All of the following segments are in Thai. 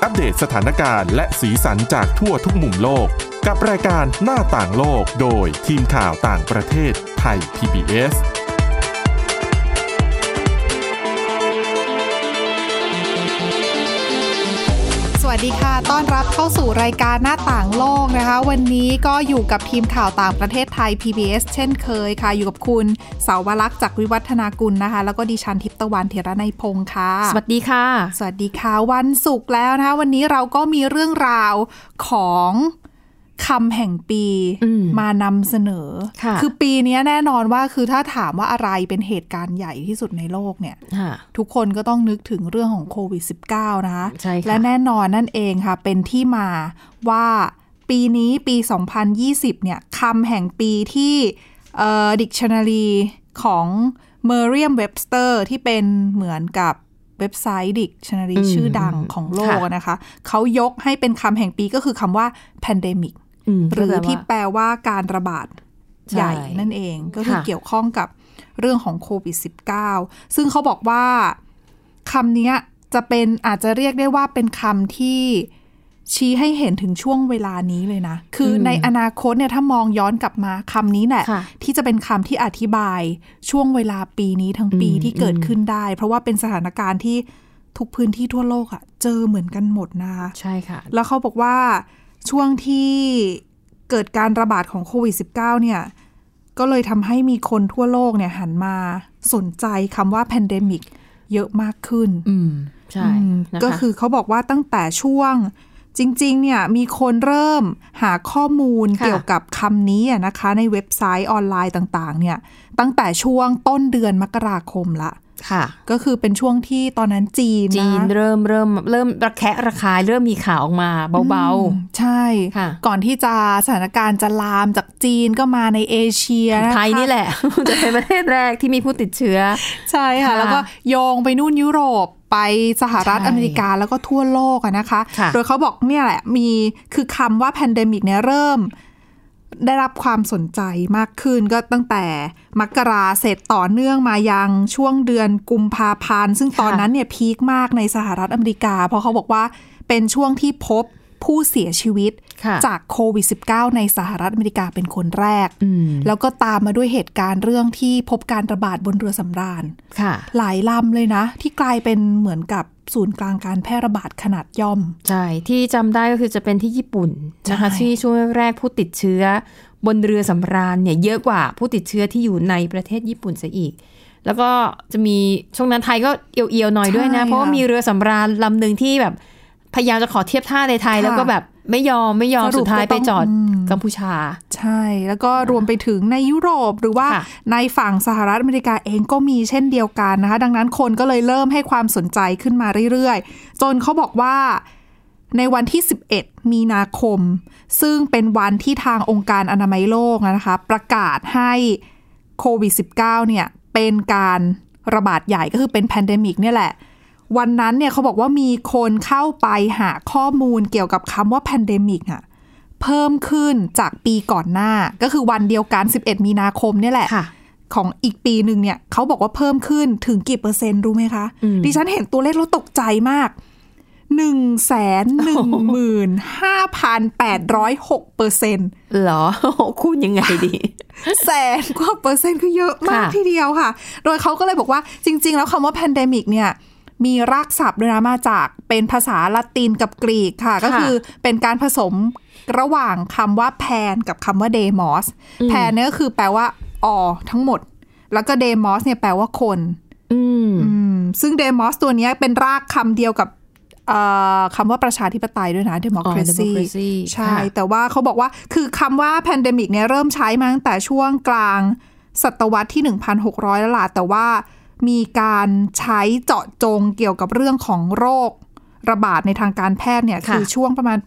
อัปเดตสถานการณ์และสีสันจากทั่วทุกมุมโลกกับรายการหน้าต่างโลกโดยทีมข่าวต่างประเทศไทย PBS สวัสดีค่ะต้อนรับเข้าสู่รายการหน้าต่างโลกนะคะวันนี้ก็อยู่กับทีมข่าวต่างประเทศไทย PBS เช่นเคยค่ะอยู่กับคุณเสาวลักษณ์จากวิวัฒนากุลนะคะแล้วก็ดิฉันทิพย์ตะวันเถรนัยพงค์ค่ะสวัสดีค่ะสวัสดีค่ะวันศุกร์แล้วนะคะวันนี้เราก็มีเรื่องราวของคำแห่งปีมานำเสนอคือปีนี้แน่นอนว่าคือถ้าถามว่าอะไรเป็นเหตุการณ์ใหญ่ที่สุดในโลกเนี่ยทุกคนก็ต้องนึกถึงเรื่องของโควิด -19 นะคะและแน่นอนนั่นเองค่ะเป็นที่มาว่าปีนี้ปี 2020 เนี่ยคำแห่งปีที่Dictionary ของ Merriam-Webster ที่เป็นเหมือนกับเว็บไซต์ Dictionary ชื่อดังของโลกนะคะเขายกให้เป็นคำแห่งปีก็คือคำว่า pandemicหรือที่แปลว่าการระบาดใหญ่นั่นเองก็คือเกี่ยวข้องกับเรื่องของโควิด -19 ซึ่งเขาบอกว่าคำนี้จะเป็นอาจจะเรียกได้ว่าเป็นคำที่ชี้ให้เห็นถึงช่วงเวลานี้เลยนะคือในอนาคตเนี่ยถ้ามองย้อนกลับมาคำนี้แหละที่จะเป็นคำที่อธิบายช่วงเวลาปีนี้ทั้งปีที่เกิดขึ้นได้เพราะว่าเป็นสถานการณ์ที่ทุกพื้นที่ทั่วโลกอะเจอเหมือนกันหมดนะคะใช่ค่ะแล้วเขาบอกว่าช่วงที่เกิดการระบาดของโควิด -19 เนี่ยก็เลยทำให้มีคนทั่วโลกเนี่ยหันมาสนใจคำว่า pandemic เยอะมากขึ้นใช่ก็คือเขาบอกว่าตั้งแต่ช่วงจริงๆเนี่ยมีคนเริ่มหาข้อมูลเกี่ยวกับคำนี้นะคะในเว็บไซต์ออนไลน์ต่างๆเนี่ยตั้งแต่ช่วงต้นเดือนมกราคมละก็คือเป็นช่วงที่ตอนนั้นจีนเริ่มระแคะระคายเริ่มมีข่าวออกมาเบาๆใช่ก่อนที่จะสถานการณ์จะลามจากจีนก็มาในเอเชียไทยนี่แหละจะเป็นประเทศแรกที่มีผู้ติดเชื้อใช่ค่ะแล้วก็โยงไปนู่นยุโรปไปสหรัฐอเมริกาแล้วก็ทั่วโลกนะคะโดยเขาบอกเนี่ยแหละมีคือคำว่า pandemic เนี่ยเริ่มได้รับความสนใจมากขึ้นก็ตั้งแต่มกราเสร็จต่อเนื่องมายังช่วงเดือนกุมภาพันธ์ซึ่งตอนนั้นเนี่ยพีคมากในสหรัฐอเมริกาเพราะเขาบอกว่าเป็นช่วงที่พบผู้เสียชีวิตจากโควิด -19 ในสหรัฐอเมริกาเป็นคนแรกแล้วก็ตามมาด้วยเหตุการณ์เรื่องที่พบการระบาดบนเรือสำราญหลายลำเลยนะที่กลายเป็นเหมือนกับศูนย์กลางการแพร่ระบาดขนาดย่อมใช่ที่จำได้ก็คือจะเป็นที่ญี่ปุ่นนะคะที่ช่วงแรกผู้ติดเชื้อบนเรือสำราญเนี่ยเยอะกว่าผู้ติดเชื้อที่อยู่ในประเทศญี่ปุ่นซะอีกแล้วก็จะมีช่วงนั้นไทยก็เอียวๆหน่อยด้วยนะเพราะว่ามีเรือสำราญลำนึงที่แบบพยายามจะขอเทียบท่าในไทยแล้วก็แบบไม่ยอมสุดท้ายไปจอดกัมพูชาใช่แล้วก็รวมไปถึงในยุโรปหรือว่าในฝั่งสหรัฐอเมริกาเองก็มีเช่นเดียวกันนะคะดังนั้นคนก็เลยเริ่มให้ความสนใจขึ้นมาเรื่อยๆจนเขาบอกว่าในวันที่11มีนาคมซึ่งเป็นวันที่ทางองค์การอนามัยโลกนะคะประกาศให้โควิด -19 เนี่ยเป็นการระบาดใหญ่ก็คือเป็นแพนเดมิกเนี่ยแหละวันนั้นเนี่ยเขาบอกว่ามีคนเข้าไปหาข้อมูลเกี่ยวกับคำว่าแพนเดมิกอะเพิ่มขึ้นจากปีก่อนหน้าก็คือวันเดียวกัน11มีนาคมเนี่ยแหละของอีกปีหนึ่งเนี่ยเขาบอกว่าเพิ่มขึ้นถึงกี่เปอร์เซ็นต์รู้ไหมคะดิฉันเห็นตัวเลขแล้วตกใจมาก 115,806% เหรอคูณยังไงดีแสนกว่าเปอร์เซ็นต์คือเยอะมากทีเดียวค่ะโดยเขาก็เลยบอกว่าจริงๆแล้วคำว่าแพนเดมิกเนี่ยมีรากศัพท์ด้วยนะมาจากเป็นภาษาละตินกับกรีกค่ะก็คือเป็นการผสมระหว่างคำว่าแพนกับคำว่าเดมอสแพนเนี่ยก็คือแปลว่าทั้งหมดแล้วก็เดมอสเนี่ยแปลว่าคนซึ่งเดมอสตัวนี้เป็นรากคำเดียวกับคำว่าประชาธิปไตยด้วยนะ democracy ใช่แต่ว่าเขาบอกว่าคือคำว่า pandemic เนี่ยเริ่มใช้มาตั้งแต่ช่วงกลางศตวรรษที่ 1,600 แล้วล่ะแต่ว่ามีการใช้เจาะจงเกี่ยวกับเรื่องของโรคระบาดในทางการแพทย์เนี่ยคือช่วงประมาณปี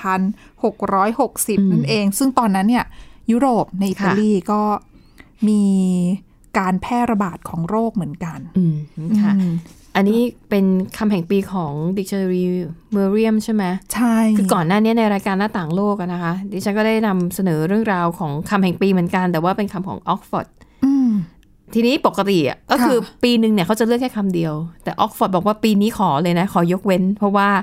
1660 นั่นเองซึ่งตอนนั้นเนี่ยยุโรปในอิตาลีก็มีการแพร่ระบาดของโรคเหมือนกันค่ะอันนี้เป็นคำแห่งปีของ Dictionary Merriam ใช่ไหมใช่คือก่อนหน้านี้ในรายการหน้าต่างโลกนะคะดิฉันก็ได้นำเสนอเรื่องราวของคำแห่งปีเหมือนกันแต่ว่าเป็นคำของ Oxford ทีนี้ปกติก็คือปีนึงเนี่ยเขาจะเลือกแค่คำเดียวแต่ Oxford บอกว่าปีนี้ขอเลยนะขอยกเว้นเพราะว่า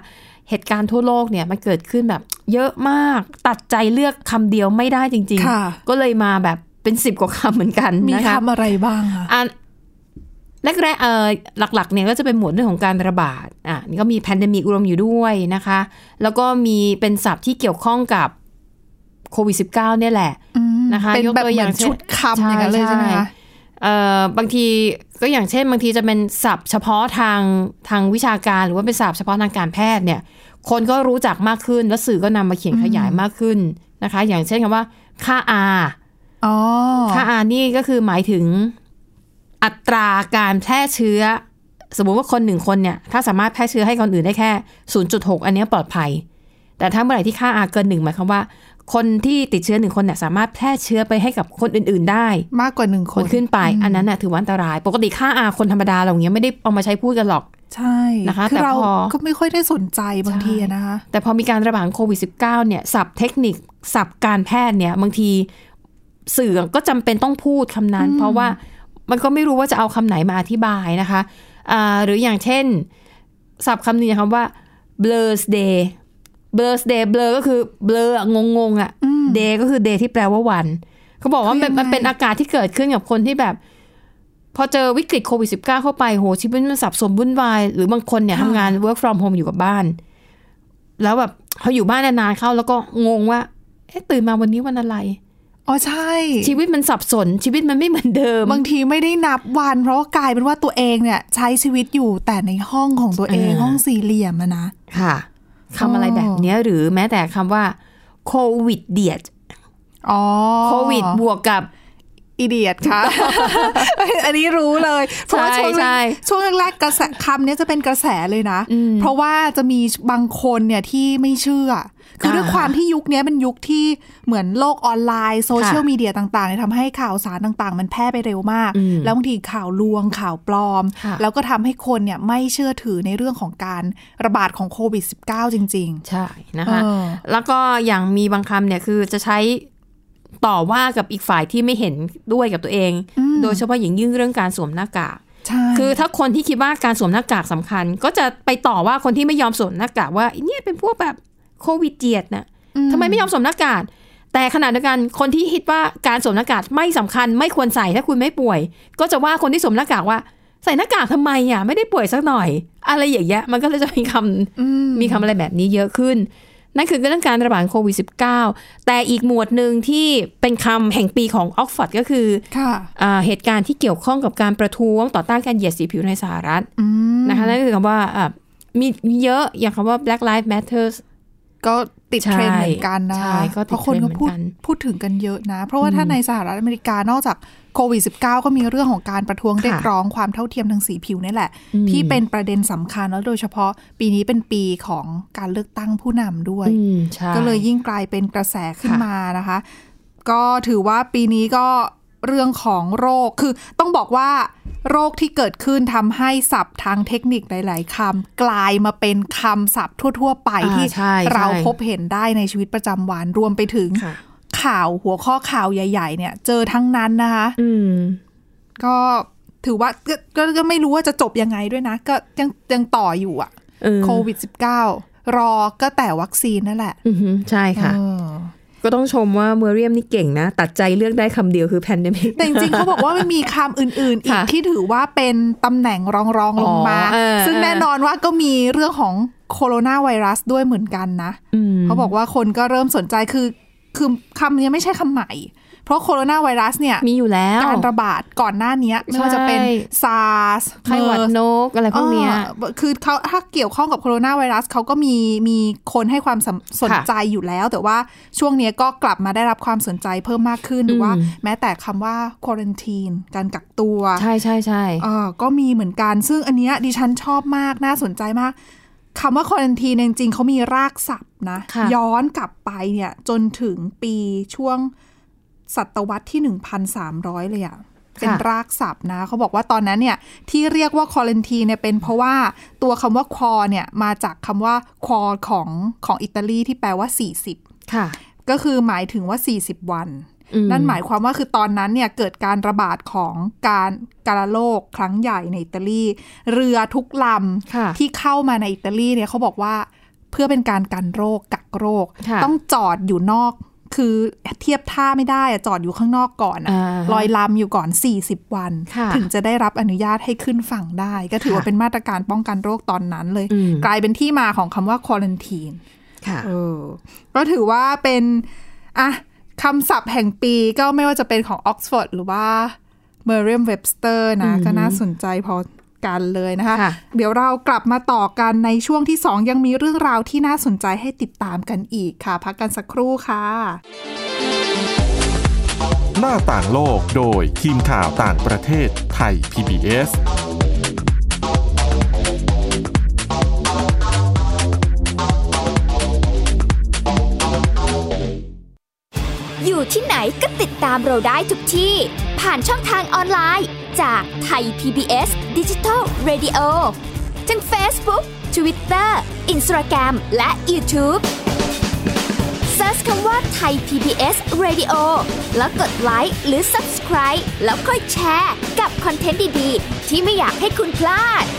เหตุการณ์ทั่วโลกเนี่ยมันเกิดขึ้นแบบเยอะมากตัดใจเลือกคำเดียวไม่ได้จริงๆก็เลยมาแบบเป็น10 กว่าคำเหมือนกันมีนะคะคำอะไรบ้างคะแรกๆหลักๆเนี่ยก็จะเป็นหมวดเรื่องของการระบาดนี่ก็มีแพนเดมิกรวมอยู่ด้วยนะคะแล้วก็มีเป็นศัพท์ที่เกี่ยวข้องกับโควิด -19 เนี่ยแหละนะคะเป็นแบบเหมือนชุดคำอย่างนั้นเลยใช่ไหมคะบางทีก็อย่างเช่นบางทีจะเป็นศัพท์เฉพาะทางวิชาการหรือว่าเป็นศัพท์เฉพาะทางการแพทย์เนี่ยคนก็รู้จักมากขึ้นและสื่อก็นำมาเขียนขยายมากขึ้นนะคะอย่างเช่นคำว่าค่า R ค่า R นี่ก็คือหมายถึงอัตราการแพร่เชื้อสมมุติว่าคน1คนเนี่ยถ้าสามารถแพร่เชื้อให้คนอื่นได้แค่ 0.6 อันนี้ปลอดภัยแต่ถ้าเมื่อไหร่ที่ค่า R เกิน1หมายความว่าคนที่ติดเชื้อ1คนเนี่ยสามารถแพร่เชื้อไปให้กับคนอื่นๆได้มากกว่า1คนขึ้นไปอันนั้นน่ะถือว่าอันตรายปกติค่า R คนธรรมดาเราอย่างเงี้ยไม่ได้เอามาใช้พูดกันหรอกใช่นะคะแต่เราก็ไม่ค่อยได้สนใจบางทีนะคะแต่พอมีการระบาดโควิด -19 เนี่ยศัพท์เทคนิคศัพท์การแพทย์เนี่ยบางทีสื่อก็จำเป็นต้องพูดคำนั้นเพราะว่ามันก็ไม่รู้ว่าจะเอาคำไหนมาอธิบายนะคะหรืออย่างเช่นศัพท์คำนึงคำว่า blur's day blur's day blur ก็คือ blur งงอ่ะ day ก็คือ day ที่แปลว่าวันเขาบอกว่ามันเป็นอากาศที่เกิดขึ้นกับคนที่แบบพอเจอวิกฤตโควิด -19 เข้าไปโหชีวิตมันสับสนวุ่นวายหรือบางคนเนี่ยทำงาน work from home อยู่กับบ้านแล้วแบบเขาอยู่บ้านนานๆเข้าแล้วก็งงว่าตื่นมาวันนี้วันอะไรใช่ชีวิตมันสับสนชีวิตมันไม่เหมือนเดิมบางทีไม่ได้นับวันเพราะว่ากลายเป็นว่าตัวเองเนี่ยใช้ชีวิตอยู่แต่ในห้องของตัวเองห้องสี่เหลี่ยมนะค่ะคำอะไรแบบนี้หรือแม้แต่คำว่าโควิดเดียดโควิดบวกกับอีเดียดค่ะ อันนี้รู้เลยเพราะว่าช่วงแรกๆกระแสคำนี้จะเป็นกระแสเลยนะเพราะว่าจะมีบางคนเนี่ยที่ไม่เชื่อคือด้วยความที่ยุคนี้เป็นยุคที่เหมือนโลกออนไลน์โซเชียลมีเดียต่างๆทำให้ข่าวสารต่างๆมันแพร่ไปเร็วมากแล้วบางทีข่าวลวงข่าวปลอมแล้วก็ทำให้คนเนี่ยไม่เชื่อถือในเรื่องของการระบาดของโควิด -19 จริงๆใช่นะคะแล้วก็อย่างมีบางคำเนี่ยคือจะใช้ต่อว่ากับอีกฝ่ายที่ไม่เห็นด้วยกับตัวเองโดยเฉพาะอย่างยิ่งเรื่องการสวมหน้ากากคือถ้าคนที่คิดว่าการสวมหน้ากากสำคัญก็จะไปต่อว่าคนที่ไม่ยอมสวมหน้ากากว่าเนี่ยเป็นพวกแบบโควิดเจียดนะทำไมไม่ยอมสวมหน้ากากแต่ขณะเดียวกันคนที่คิดว่าการสวมหน้ากากไม่สำคัญไม่ควรใส่ถ้าคุณไม่ป่วยก็จะว่าคนที่สวมหน้ากากว่าใส่หน้ากากทำไมอ่ะไม่ได้ป่วยสักหน่อยอะไรอย่างเงี้ยมันก็เลยจะมีคำอะไรแบบนี้เยอะขึ้นนั่นคือเรื่องการระบาดโควิด -19 แต่อีกหมวดหนึ่งที่เป็นคำแห่งปีของออกฟอร์ดก็คือเหตุการณ์ที่เกี่ยวข้องกับการประท้วงต่อต้านการเหยียดสีผิวในสหรัฐนะคะนั่นคือคำว่ามีเยอะอย่างคำว่า Black Lives Matter ก็ติดเทรนด์เหมือนกันนะเพราะคนก็พูดถึงกันเยอะนะเพราะว่าถ้าในสหรัฐอเมริกานอกจากโควิด -19 ก็มีเรื่องของการประท้วงเรียกร้องความเท่าเทียมทางสีผิวนี่แหละที่เป็นประเด็นสำคัญแล้วโดยเฉพาะปีนี้เป็นปีของการเลือกตั้งผู้นำด้วยก็เลยยิ่งกลายเป็นกระแสขึ้นมานะคะก็ถือว่าปีนี้ก็เรื่องของโรคคือต้องบอกว่าโรคที่เกิดขึ้นทำให้ศัพท์ทางเทคนิคหลายๆคำกลายมาเป็นคำศัพท์ทั่วๆไปที่เราพบเห็นได้ในชีวิตประจำวันรวมไปถึงข่าวหัวข้อข่าวใหญ่ๆเนี่ยเจอทั้งนั้นนะคะก็ถือว่าก็ไม่รู้ว่าจะจบยังไงด้วยนะก็ยังต่ออยู่อ่ะโควิด -19 รอก็แต่วัคซีนนั่นแหละใช่ค่ะก็ต้องชมว่าเมอริเอมนี่เก่งนะตัดใจเลือกได้คำเดียวคือแพนเดมิกแต่จริงๆเขาบอกว่ามันมีคำอื่นๆอีกที่ถือว่าเป็นตำแหน่งรองลงมาซึ่งแน่นอนว่าก็มีเรื่องของโคโรนาไวรัสด้วยเหมือนกันนะเขาบอกว่าคนก็เริ่มสนใจคือคำนี้ไม่ใช่คำใหม่เพราะโคโรนาไวรัสเนี่ยมีอยู่แล้วการระบาดก่อนหน้านี้ไม่ว่าจะเป็นซาร์สไข้หวัดนกอะไรพวกนี้คือเขาถ้าเกี่ยวข้องกับโคโรนาไวรัสเขาก็มีคนให้ความสนใจอยู่แล้วแต่ว่าช่วงนี้ก็กลับมาได้รับความสนใจเพิ่มมากขึ้นหรือว่าแม้แต่คำว่าควอรันทีนการกักตัวใช่ใช่ใช่ก็มีเหมือนกันซึ่งอันเนี้ยดิฉันชอบมากน่าสนใจมากคำว่าควอรันทีนจริงๆเขามีรากศัพท์นะย้อนกลับไปเนี่ยจนถึงปีช่วงศตวรรษที่ 1,300 เลยอะเป็นรากศัพท์นะเขาบอกว่าตอนนั้นเนี่ยที่เรียกว่าควอรันทีนเนี่ยเป็นเพราะว่าตัวคำว่าควอเนี่ยมาจากคำว่าควอของอิตาลีที่แปลว่า40ค่ะก็คือหมายถึงว่า40วันนั่นหมายความว่าคือตอนนั้นเนี่ยเกิดการระบาดของการโรคครั้งใหญ่ในอิตาลีเรือทุกลำที่เข้ามาในอิตาลีเนี่ยเขาบอกว่าเพื่อเป็นการกันโรคกักโรคต้องจอดอยู่นอกคือเทียบท่าไม่ได้จอดอยู่ข้างนอกก่อนลอยลำอยู่ก่อน40วันถึงจะได้รับอนุญาตให้ขึ้นฝั่งได้ก็ถือว่าเป็นมาตรการป้องกันโรคตอนนั้นเลยกลายเป็นที่มาของคำว่า quarantine ก็ถือว่าเป็นคำศัพท์แห่งปีก็ไม่ว่าจะเป็นของ Oxford หรือว่า Merriam-Webster นะก็น่าสนใจพอกันเลยนะคะเดี๋ยวเรากลับมาต่อกันในช่วงที่2ยังมีเรื่องราวที่น่าสนใจให้ติดตามกันอีกค่ะพักกันสักครู่ค่ะหน้าต่างโลกโดยทีมข่าวต่างประเทศไทย PBS อยู่ที่ไหนก็ติดตามเราได้ทุกที่ผ่านช่องทางออนไลน์จากไทย PBS Digital Radio ทั้ง Facebook, Twitter, Instagram และ YouTube Search คำว่าไทย PBS Radio แล้วกดไลค์หรือ Subscribe แล้วค่อยแชร์กับคอนเทนต์ดีๆที่ไม่อยากให้คุณพลาด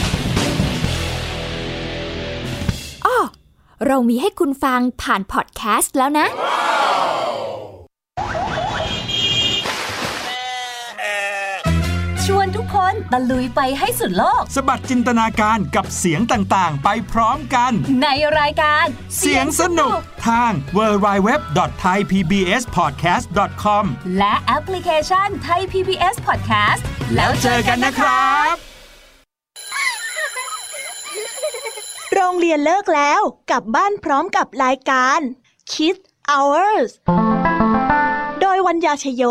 เรามีให้คุณฟังผ่านพอดแคสต์แล้วนะชวนทุกคนตะลุยไปให้สุดโลกสบัดจินตนาการกับเสียงต่างๆไปพร้อมกันในรายการเสียงสนุกทาง www.thaipbspodcast.com และแอปพลิเคชัน Thai PBS Podcast แล้วเจอกันนะครับโรงเรียนเลิกแล้วกลับบ้านพร้อมกับรายการ Kids Hours โดยวัญญาชโย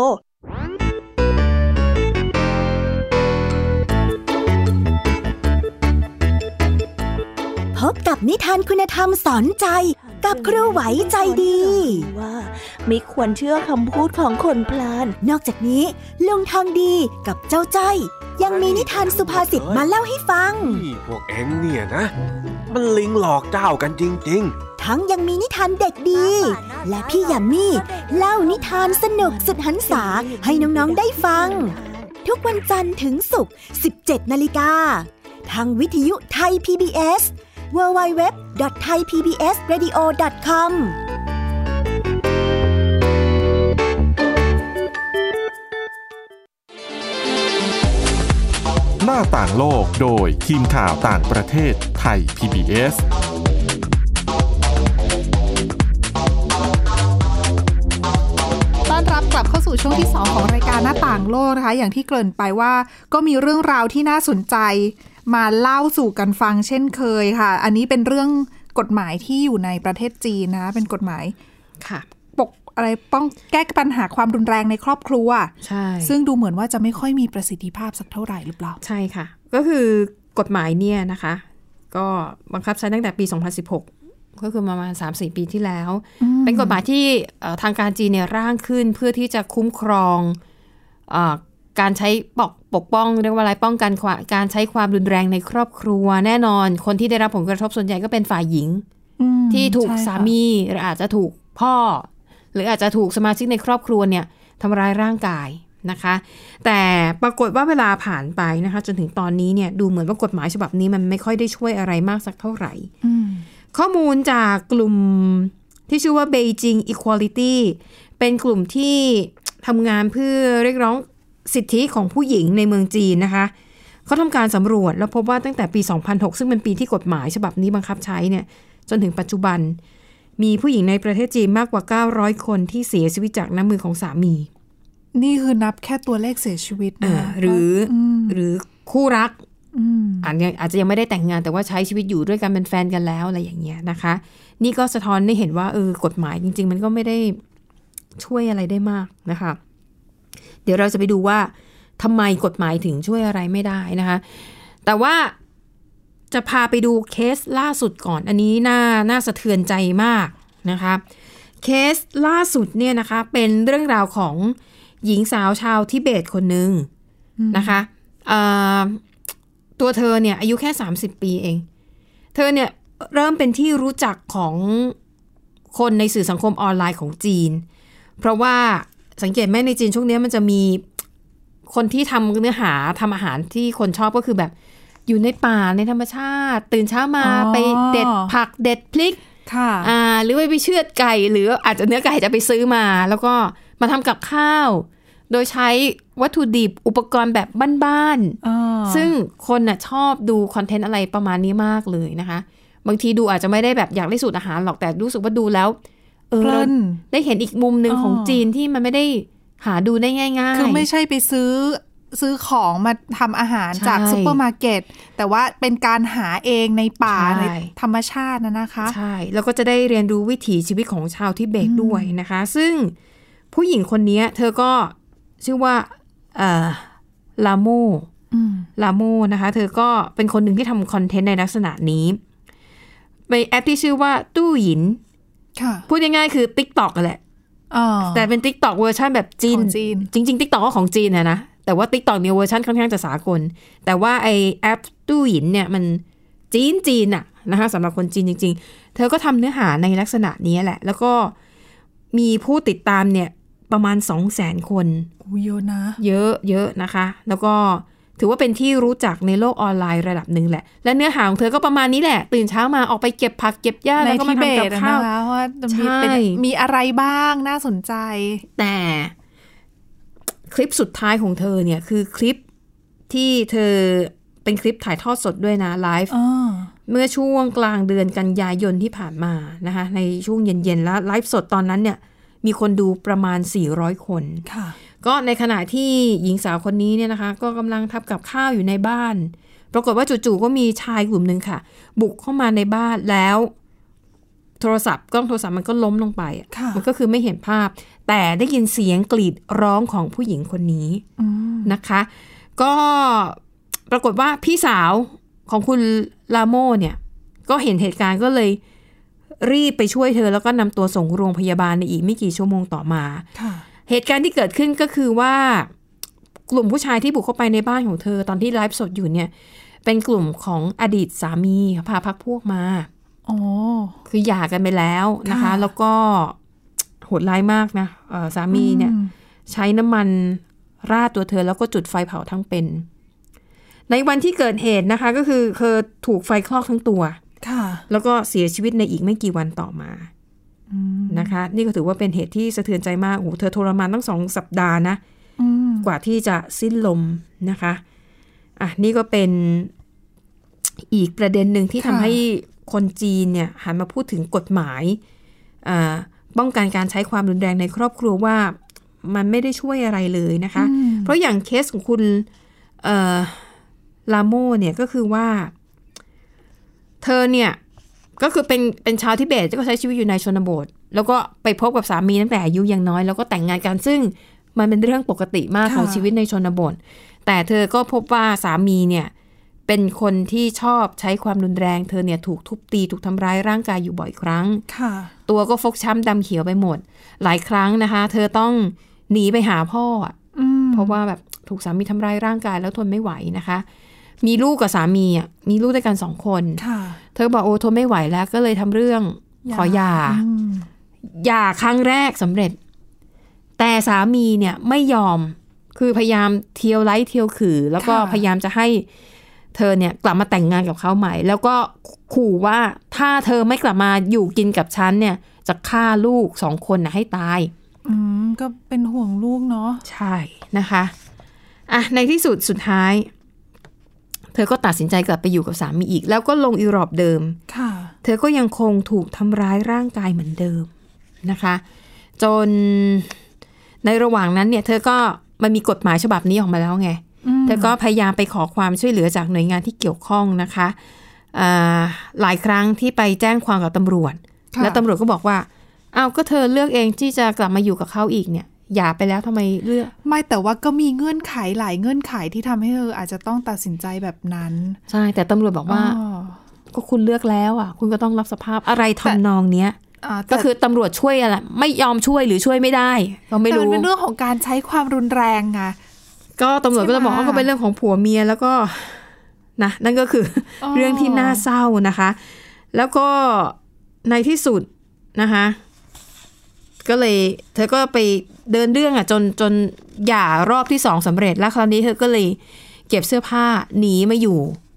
พบกับนิทานคุณธรรมสอนใจกับครูไหวใจดีว่าไม่ควรเชื่อคำพูดของคนพลานนอกจากนี้ลุงทองดีกับเจ้าจ้อยยังมีนิทานสุภาษิตมาเล่าให้ฟังพวกเอ็งเนี่ยนะมันลิงหลอกเจ้ากันจริงๆทั้งยังมีนิทานเด็กดีและพี่ยามีเล่านิทานสนุกสุดหรรษาให้น้องๆได้ฟังทุกวันจันทร์ถึงศุกร์ 17:00 น.ทางวิทยุไทย PBS www.thaipbsradio.com หน้าต่างโลกโดยทีมข่าวต่างประเทศไทย PBS ต้อนรับกลับเข้าสู่ช่วงที่2ของรายการหน้าต่างโลกนะคะอย่างที่เกริ่นไปว่าก็มีเรื่องราวที่น่าสนใจมาเล่าสู่กันฟังเช่นเคยค่ะอันนี้เป็นเรื่องกฎหมายที่อยู่ในประเทศจีนนะเป็นกฎหมายค่ะป้องแก้ปัญหาความรุนแรงในครอบครัวใช่ซึ่งดูเหมือนว่าจะไม่ค่อยมีประสิทธิภาพสักเท่าไหร่หรือเปล่าใช่ค่ะก็คือกฎหมายเนี่ยนะคะก็บังคับใช้ตั้งแต่ปี2016ก็คือประมาณ 3-4 ปีที่แล้วเป็นกฎหมายที่ทางการจีนเนี่ยร่างขึ้นเพื่อที่จะคุ้มครองการใช้ปกป้องเรียกว่าอะไรป้องกันการใช้ความรุนแรงในครอบครัวแน่นอนคนที่ได้รับผลกระทบส่วนใหญ่ก็เป็นฝ่ายหญิงที่ถูกสามีหรืออาจจะถูกพ่อหรืออาจจะถูกสมาชิกในครอบครัวเนี่ยทำร้ายร่างกายนะคะแต่ปรากฏว่าเวลาผ่านไปนะคะจนถึงตอนนี้เนี่ยดูเหมือนว่ากฎหมายฉบับนี้มันไม่ค่อยได้ช่วยอะไรมากสักเท่าไหร่ข้อมูลจากกลุ่มที่ชื่อว่า Beijing Equality เป็นกลุ่มที่ทำงานเพื่อเรียกร้องสิทธิของผู้หญิงในเมืองจีนนะคะเขาทำการสำรวจแล้วพบว่าตั้งแต่ปี2006ซึ่งเป็นปีที่กฎหมายฉบับนี้บังคับใช้เนี่ยจนถึงปัจจุบันมีผู้หญิงในประเทศจีนมากกว่า900คนที่เสียชีวิตจากน้ำมือของสามีนี่คือนับแค่ตัวเลขเสียชีวิตนะหรือคู่รักอาจจะยังไม่ได้แต่งงานแต่ว่าใช้ชีวิตอยู่ด้วยกันเป็นแฟนกันแล้วอะไรอย่างเงี้ยนะคะนี่ก็สะท้อนให้เห็นว่ากฎหมายจริงๆมันก็ไม่ได้ช่วยอะไรได้มากนะคะเดี๋ยวเราจะไปดูว่าทำไมกฎหมายถึงช่วยอะไรไม่ได้นะคะแต่ว่าจะพาไปดูเคสล่าสุดก่อนอันนี้น่าสะเทือนใจมากนะคะเคสล่าสุดเนี่ยนะคะเป็นเรื่องราวของหญิงสาวชาวทิเบตคนหนึ่งนะคะตัวเธอเนี่ยอายุแค่30 ปีเองเธอเนี่ยเริ่มเป็นที่รู้จักของคนในสื่อสังคมออนไลน์ของจีนเพราะว่าสังเกตไหมในจีนช่วงนี้มันจะมีคนที่ทำเนื้อหาทำอาหารที่คนชอบก็คือแบบอยู่ในป่าในธรรมชาติตื่นเช้ามาไปเด็ดผักเด็ดพริกหรือไปเชือดไก่หรืออาจจะเนื้อไก่จะไปซื้อมาแล้วก็มาทำกับข้าวโดยใช้วัตถุดิบอุปกรณ์แบบบ้านๆซึ่งคนน่ะชอบดูคอนเทนต์อะไรประมาณนี้มากเลยนะคะบางทีดูอาจจะไม่ได้แบบอยากได้สูตรอาหารหรอกแต่รู้สึกว่าดูแล้วได้เห็นอีกมุมนึงของจีนที่มันไม่ได้หาดูได้ง่ายๆคือไม่ใช่ไปซื้อของมาทำอาหารจากซุปเปอร์มาร์เก็ตแต่ว่าเป็นการหาเองในป่าในธรรมชาตินะคะใช่แล้วก็จะได้เรียนรู้วิถีชีวิตของชาวทิเบตด้วยนะคะซึ่งผู้หญิงคนนี้เธอก็ชื่อว่าลาโมนะคะเธอก็เป็นคนหนึ่งที่ทำคอนเทนต์ในลักษณะนี้ในแอปที่ชื่อว่าตู้หยินพูดง่ายๆคือ TikTok แหละแต่เป็น TikTok เวอร์ชันแบบจีนจริงๆ TikTok ก็ของจีนนะแต่ว่า TikTok เนี่ยเวอร์ชันค่อนข้างจะสากลแต่ว่าไอแอปตู้หยินเนี่ยมันจีนอะนะคะสำหรับคนจีนจริงๆเธอก็ทำเนื้อหาในลักษณะนี้แหละแล้วก็มีผู้ติดตามเนี่ยประมาณ 200,000 คนเยอะนะเยอะนะคะแล้วก็ถือว่าเป็นที่รู้จักในโลกออนไลน์ระดับหนึ่งแหละและเนื้อหาของเธอก็ประมาณนี้แหละตื่นเช้ามาออกไปเก็บผักเก็บหญ้าแล้วก็มาทำกับข้าวว่ามีอะไรบ้างน่าสนใจแต่คลิปสุดท้ายของเธอเนี่ยคือคลิปที่เธอเป็นคลิปถ่ายทอดสดด้วยนะไลฟ์เมื่อช่วงกลางเดือนกันยายนที่ผ่านมานะคะในช่วงเย็นๆแล้วไลฟ์สดตอนนั้นเนี่ยมีคนดูประมาณ400คนก็ในขณะที่หญิงสาวคนนี้เนี่ยนะคะก็กำลังทำกับข้าวอยู่ในบ้านปรากฏว่าจู่ๆก็มีชายกลุ่มนึงค่ะบุกเข้ามาในบ้านแล้วกล้องโทรศัพท์มันก็ล้มลงไปมันก็คือไม่เห็นภาพแต่ได้ยินเสียงกรีดร้องของผู้หญิงคนนี้นะคะก็ปรากฏว่าพี่สาวของคุณลาโมเนี่ยก็เห็นเหตุการณ์ก็เลยรีบไปช่วยเธอแล้วก็นำตัวส่งโรงพยาบาลในอีกไม่กี่ชั่วโมงต่อมาเหตุการณ์ที่เกิดขึ้นก็คือว่ากลุ่มผู้ชายที่บุกเข้าไปในบ้านของเธอตอนที่ไลฟ์สดอยู่เนี่ยเป็นกลุ่มของอดีตสามีพาพรรคพวกมาคือหย่ากันไปแล้วนะคะแล้วก็โหดร้ายมากนะสามีเนี่ยใช้น้ำมันราดตัวเธอแล้วก็จุดไฟเผาทั้งเป็นในวันที่เกิดเหตุนะคะก็คือเธอถูกไฟคลอกทั้งตัวแล้วก็เสียชีวิตในอีกไม่กี่วันต่อมานะคะนี่ก็ถือว่าเป็นเหตุที่สะเทือนใจมากโอ้เธอทรมานตั้ง2 สัปดาห์นะกว่าที่จะสิ้นลมนะคะนี่ก็เป็นอีกประเด็นหนึ่งที่ทำให้คนจีนเนี่ยหันมาพูดถึงกฎหมายป้องกันการใช้ความรุนแรงในครอบครัวว่ามันไม่ได้ช่วยอะไรเลยนะคะเพราะอย่างเคสของคุณลาโมเนี่ยก็คือว่าเธอเนี่ยก็คือเป็นชาวทิเบตก็ใช้ชีวิตอยู่ในชนบทแล้วก็ไปพบกับสามีตั้งแต่อายุยังน้อยแล้วก็แต่งงานกันซึ่งมันเป็นเรื่องปกติมากของชีวิตในชนบทแต่เธอก็พบว่าสามีเนี่ยเป็นคนที่ชอบใช้ความรุนแรงเธอเนี่ยถูกทุบตีถูกทำร้ายร่างกายอยู่บ่อยครั้งตัวก็ฟกช้ำดำเขียวไปหมดหลายครั้งนะคะเธอต้องหนีไปหาพ่อเพราะว่าแบบถูกสามีทำร้ายร่างกายแล้วทนไม่ไหวนะคะมีลูกกับสามีมีลูกด้วยกัน2 คนเธอบอกโอ้ทนไม่ไหวแล้วก็เลยทำเรื่องขอหย่าครั้งแรกสำเร็จแต่สามีเนี่ยไม่ยอมคือพยายามเที่ยวไล่เที่ยวขือแล้วก็พยายามจะให้เธอเนี่ยกลับมาแต่งงานกับเขาใหม่แล้วก็ขู่ว่าถ้าเธอไม่กลับมาอยู่กินกับฉันเนี่ยจะฆ่าลูก2 คนให้ตายก็เป็นห่วงลูกเนาะใช่นะคะในที่สุดท้ายเธอก็ตัดสินใจกลับไปอยู่กับสามีอีกแล้วก็ลงอีรอบเดิมเธอก็ยังคงถูกทำร้ายร่างกายเหมือนเดิมนะคะจนในระหว่างนั้นเนี่ยเธอก็มันมีกฎหมายฉบับนี้ออกมาแล้วไงเธอก็พยายามไปขอความช่วยเหลือจากหน่วยงานที่เกี่ยวข้องนะคะหลายครั้งที่ไปแจ้งความกับตำรวจแล้วตำรวจก็บอกว่าก็เธอเลือกเองที่จะกลับมาอยู่กับเขาอีกเนี่ยอย่าไปแล้วทำไมเลือกไม่แต่ว่าก็มีเงื่อนไขหลายเงื่อนไขที่ทำให้เธออาจจะต้องตัดสินใจแบบนั้นใช่แต่ตำรวจบอกว่าก็คุณเลือกแล้วคุณก็ต้องรับสภาพอะไรทำนองเนี้ยก็คือตำรวจช่วยอะไรไม่ยอมช่วยหรือช่วยไม่ได้ก็ไม่รู้แต่มันเป็นเรื่องของการใช้ความรุนแรงไงก็ตำรวจก็จะบอกว่าก็เป็นเรื่องของผัวเมียแล้วก็นะนั่นก็คือเรื่องที่น่าเศร้านะคะแล้วก็ในที่สุดนะคะก็เลยเธอก็ไปเดินเรื่องจนหย่ารอบที่2สำเร็จแล้วคราวนี้เธอก็เลยเก็บเสื้อผ้าหนีมาอยู่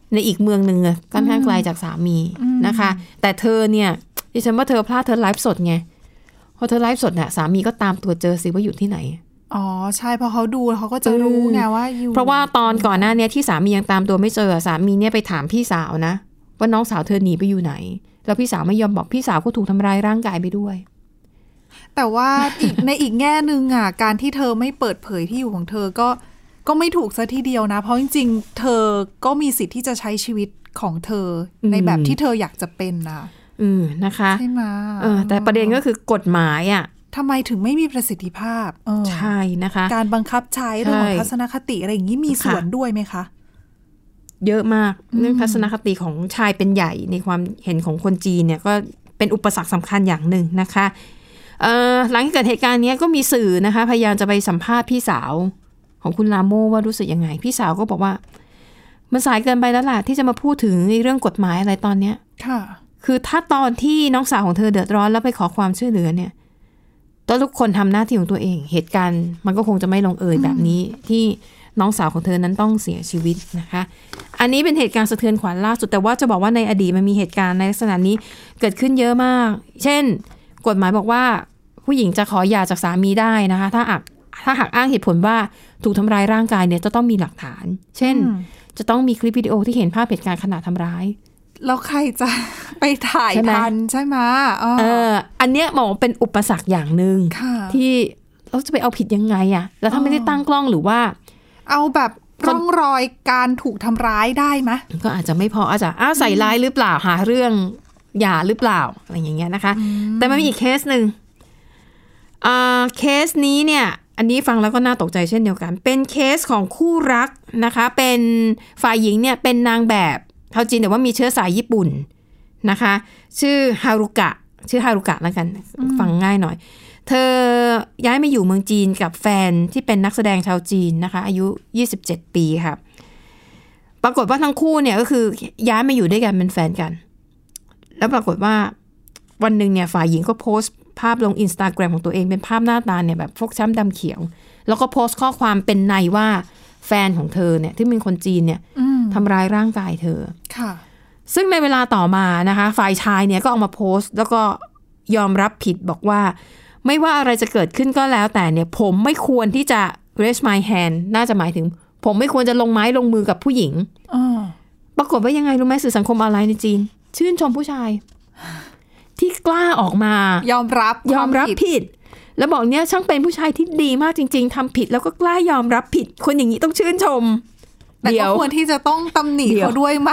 ในอีกเมืองนึงค่อนข้างไกลจากสามีนะคะแต่เธอเนี่ยดิฉันว่าเธอพลาดเธอไลฟ์สดไงพอเธอไลฟ์สดเนี่ยสามีก็ตามตัวเจอสิว่าอยู่ที่ไหนอ๋อใช่เพราะเขาดูเขาก็จะรู้ไงว่าอยู่เพราะว่าตอนก่อนหน้านี้ที่สามียังตามตัวไม่เจอสามีเนี่ยไปถามพี่สาวนะว่าน้องสาวเธอหนีไปอยู่ไหนแล้วพี่สาวไม่ยอมบอกพี่สาวก็ถูกทำร้ายร่างกายไปด้วยแต่ว่าในอีกแง่นึงอ่ะการที่เธอไม่เปิดเผยที่อยู่ของเธอก็ไม่ถูกซะทีเดียวนะเพราะจริงๆเธอก็มีสิทธิ์ที่จะใช้ชีวิตของเธอในแบบที่เธออยากจะเป็นนะนะคะใช่ไหมแต่ประเด็นก็คือกฎหมายอ่ะทำไมถึงไม่มีประสิทธิภาพใช่นะคะการบังคับใช้เรื่องของทัศนคติอะไรอย่างนี้มีส่วนด้วยไหมคะเยอะมากเรื่องทัศนคติของชายเป็นใหญ่ในความเห็นของคนจีนเนี่ยก็เป็นอุปสรรคสำคัญอย่างหนึ่งนะคะหลังจากเกิดเหตุการณ์นี้ก็มีสื่อนะคะพยายามจะไปสัมภาษณ์พี่สาวของคุณลาโมว่ารู้สึกยังไงพี่สาวก็บอกว่ามันสายเกินไปแล้วล่ะที่จะมาพูดถึงเรื่องกฎหมายอะไรตอนเนี้ยค่ะคือถ้าตอนที่น้องสาวของเธอเดือดร้อนแล้วไปขอความช่วยเหลือเนี่ยทุกคนทำหน้าที่ของตัวเองเหตุการณ์มันก็คงจะไม่ลงเอยแบบนี้ที่น้องสาวของเธอนั้นต้องเสียชีวิตนะคะอันนี้เป็นเหตุการณ์สะเทือนขวัญล่าสุดแต่ว่าจะบอกว่าในอดีตมันมีเหตุการณ์ในลักษณะนี้เกิดขึ้นเยอะมากเช่นกฎหมายบอกว่าผู้หญิงจะขอหย่าจากสามีได้นะคะถ้าหากอ้างเหตุผลว่าถูกทำร้ายร่างกายเนี่ยจะต้องมีหลักฐานเช่นจะต้องมีคลิปวิดีโอที่เห็นภาพเหตุการณ์ขณะทำร้ายแล้วใครจะไปถ่ายทันใช่ไหมอันเนี้ยมองเป็นอุปสรรคอย่างหนึ่งที่เราจะไปเอาผิดยังไงอะแล้วถ้าไม่ได้ตั้งกล้องหรือว่าเอาแบบร่องรอยการถูกทำร้ายได้ไหมก็อาจจะไม่พออาจจะใส่ร้ายหรือเปล่าหาเรื่องหย่าหรือเปล่าอะไรอย่างเงี้ยนะคะแต่มันมีอีกเคสหนึ่งเคสนี้เนี่ยอันนี้ฟังแล้วก็น่าตกใจเช่นเดียวกันเป็นเคสของคู่รักนะคะเป็นฝ่ายหญิงเนี่ยเป็นนางแบบชาวจีนแต่ว่ามีเชื้อสายญี่ปุ่นนะคะชื่อฮารุกะแล้วกันฟังง่ายหน่อยเธอย้ายมาอยู่เมืองจีนกับแฟนที่เป็นนักแสดงชาวจีนนะคะอายุ27ปีค่ะปรากฏว่าทั้งคู่เนี่ยก็คือย้ายมาอยู่ด้วยกันเป็นแฟนกันแล้วปรากฏว่าวันหนึ่งเนี่ยฝ่ายหญิงก็โพสต์ภาพลง Instagram ของตัวเองเป็นภาพหน้าตาเนี่ยแบบฟกช้ำดำเขียวแล้วก็โพสต์ข้อความเป็นในว่าแฟนของเธอเนี่ยที่เป็นคนจีนเนี่ยทำร้ายร่างกายเธอค่ะซึ่งในเวลาต่อมานะคะฝ่ายชายเนี่ยก็ออกมาโพสต์แล้วก็ยอมรับผิดบอกว่าไม่ว่าอะไรจะเกิดขึ้นก็แล้วแต่เนี่ยผมไม่ควรที่จะ raise my hand น่าจะหมายถึงผมไม่ควรจะลงไม้ลงมือกับผู้หญิงปรากฏว่ายังไงรู้ไหมสื่อสังคมออนไลน์ในจีนชื่นชมผู้ชายที่กล้าออกมายอมรับผิดแล้วบอกเนี่ยช่างเป็นผู้ชายที่ดีมากจริงๆทำผิดแล้วก็กล้ายอมรับผิดคนอย่างนี้ต้องชื่นชมแต่ก็ควรที่จะต้องตำหนิเขาด้วยไหม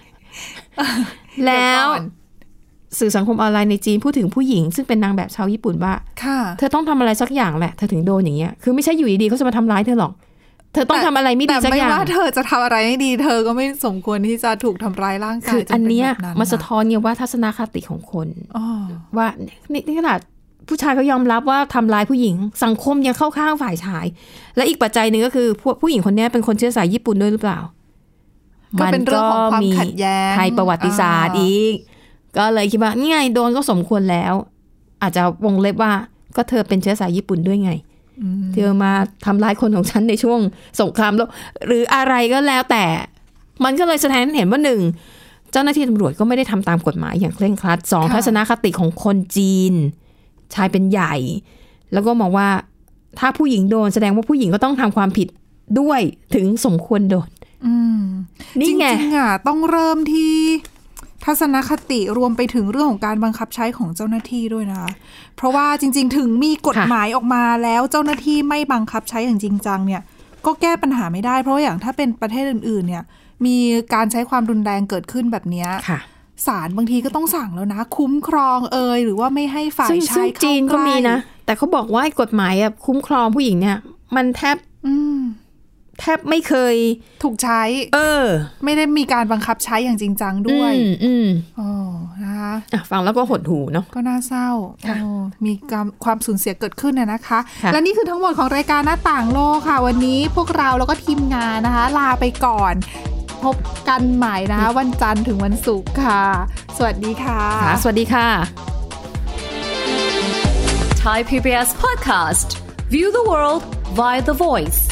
แล้วสื่อสังคมออนไลน์ในจีนพูดถึงผู้หญิงซึ่งเป็นนางแบบชาวญี่ปุ่นว่าเธอต้องทำอะไรสักอย่างแหละเธอถึงโดนอย่างเงี้ยคือไม่ใช่อยู่ดีๆเขาจะมาทำร้ายเธอหรอกเธอต้องทำอะไรไม่ดีสักอย่างแต่ไม่ว่าเธอจะทำอะไรไม่ดีเธอก็ไม่สมควรที่จะถูกทำร้ายร่างกายคืออันเนี้ยมันสะท้อนเนี่ยว่าทัศนคติของคนว่านี่ขนาดผู้ชายก็ยอมรับว่าทำร้ายผู้หญิงสังคมยังเข้าข้างฝ่ายชายและอีกปัจจัยหนึ่งก็คือผู้หญิงคนนี้เป็นคนเชื้อสายญี่ปุ่นด้วยหรือเปล่าก็เป็นเรื่องของความขัดแย้งไทยประวัติศาสตร์อีกก็เลยคิดว่านี่ไงโดนก็สมควรแล้วอาจจะวงเล็บว่าก็เธอเป็นเชื้อสายญี่ปุ่นด้วยไงเธอมาทำร้ายคนของฉันในช่วงสงครามแล้วหรืออะไรก็แล้วแต่มันก็เลยแสดงให้เห็นว่า1เจ้าหน้าที่ตำรวจก็ไม่ได้ทำตามกฎหมายอย่างเคร่งครัด2ทัศนคติของคนจีนชายเป็นใหญ่แล้วก็มองว่าถ้าผู้หญิงโดนแสดงว่าผู้หญิงก็ต้องทำความผิดด้วยถึงสมควรโดนนี่ไงจริงๆอ่ะต้องเริ่มที่ทัศนคติรวมไปถึงเรื่องของการบังคับใช้ของเจ้าหน้าที่ด้วยนะคะเพราะว่าจริงๆถึงมีกฎหมายออกมาแล้วเจ้าหน้าที่ไม่บังคับใช้อย่างจริงจังเนี่ยก็แก้ปัญหาไม่ได้เพราะอย่างถ้าเป็นประเทศอื่นๆเนี่ยมีการใช้ความรุนแรงเกิดขึ้นแบบนี้ศาลบางทีก็ต้องสั่งแล้วนะคุ้มครองหรือว่าไม่ให้ฝ่ายชายเข้าใกล้จีนก็มีนะแต่เขาบอกว่ากฎหมายคุ้มครองผู้หญิงเนี่ยมันแทบไม่เคยถูกใช้ไม่ได้มีการบังคับใช้อย่างจริงจังด้วยนะคะฟังแล้วก็หดหูเนาะก็น่าเศร้ามีความสูญเสียเกิดขึ้นนะคะและนี่คือทั้งหมดของรายการหน้าต่างโลกค่ะวันนี้พวกเราแล้วก็ทีมงานนะคะลาไปก่อนพบกันใหม่นะคะวันจันทร์ถึงวันศุกร์ค่ะสวัสดีค่ะสวัสดีค่ะ Thai PBS Podcast View the world via the voice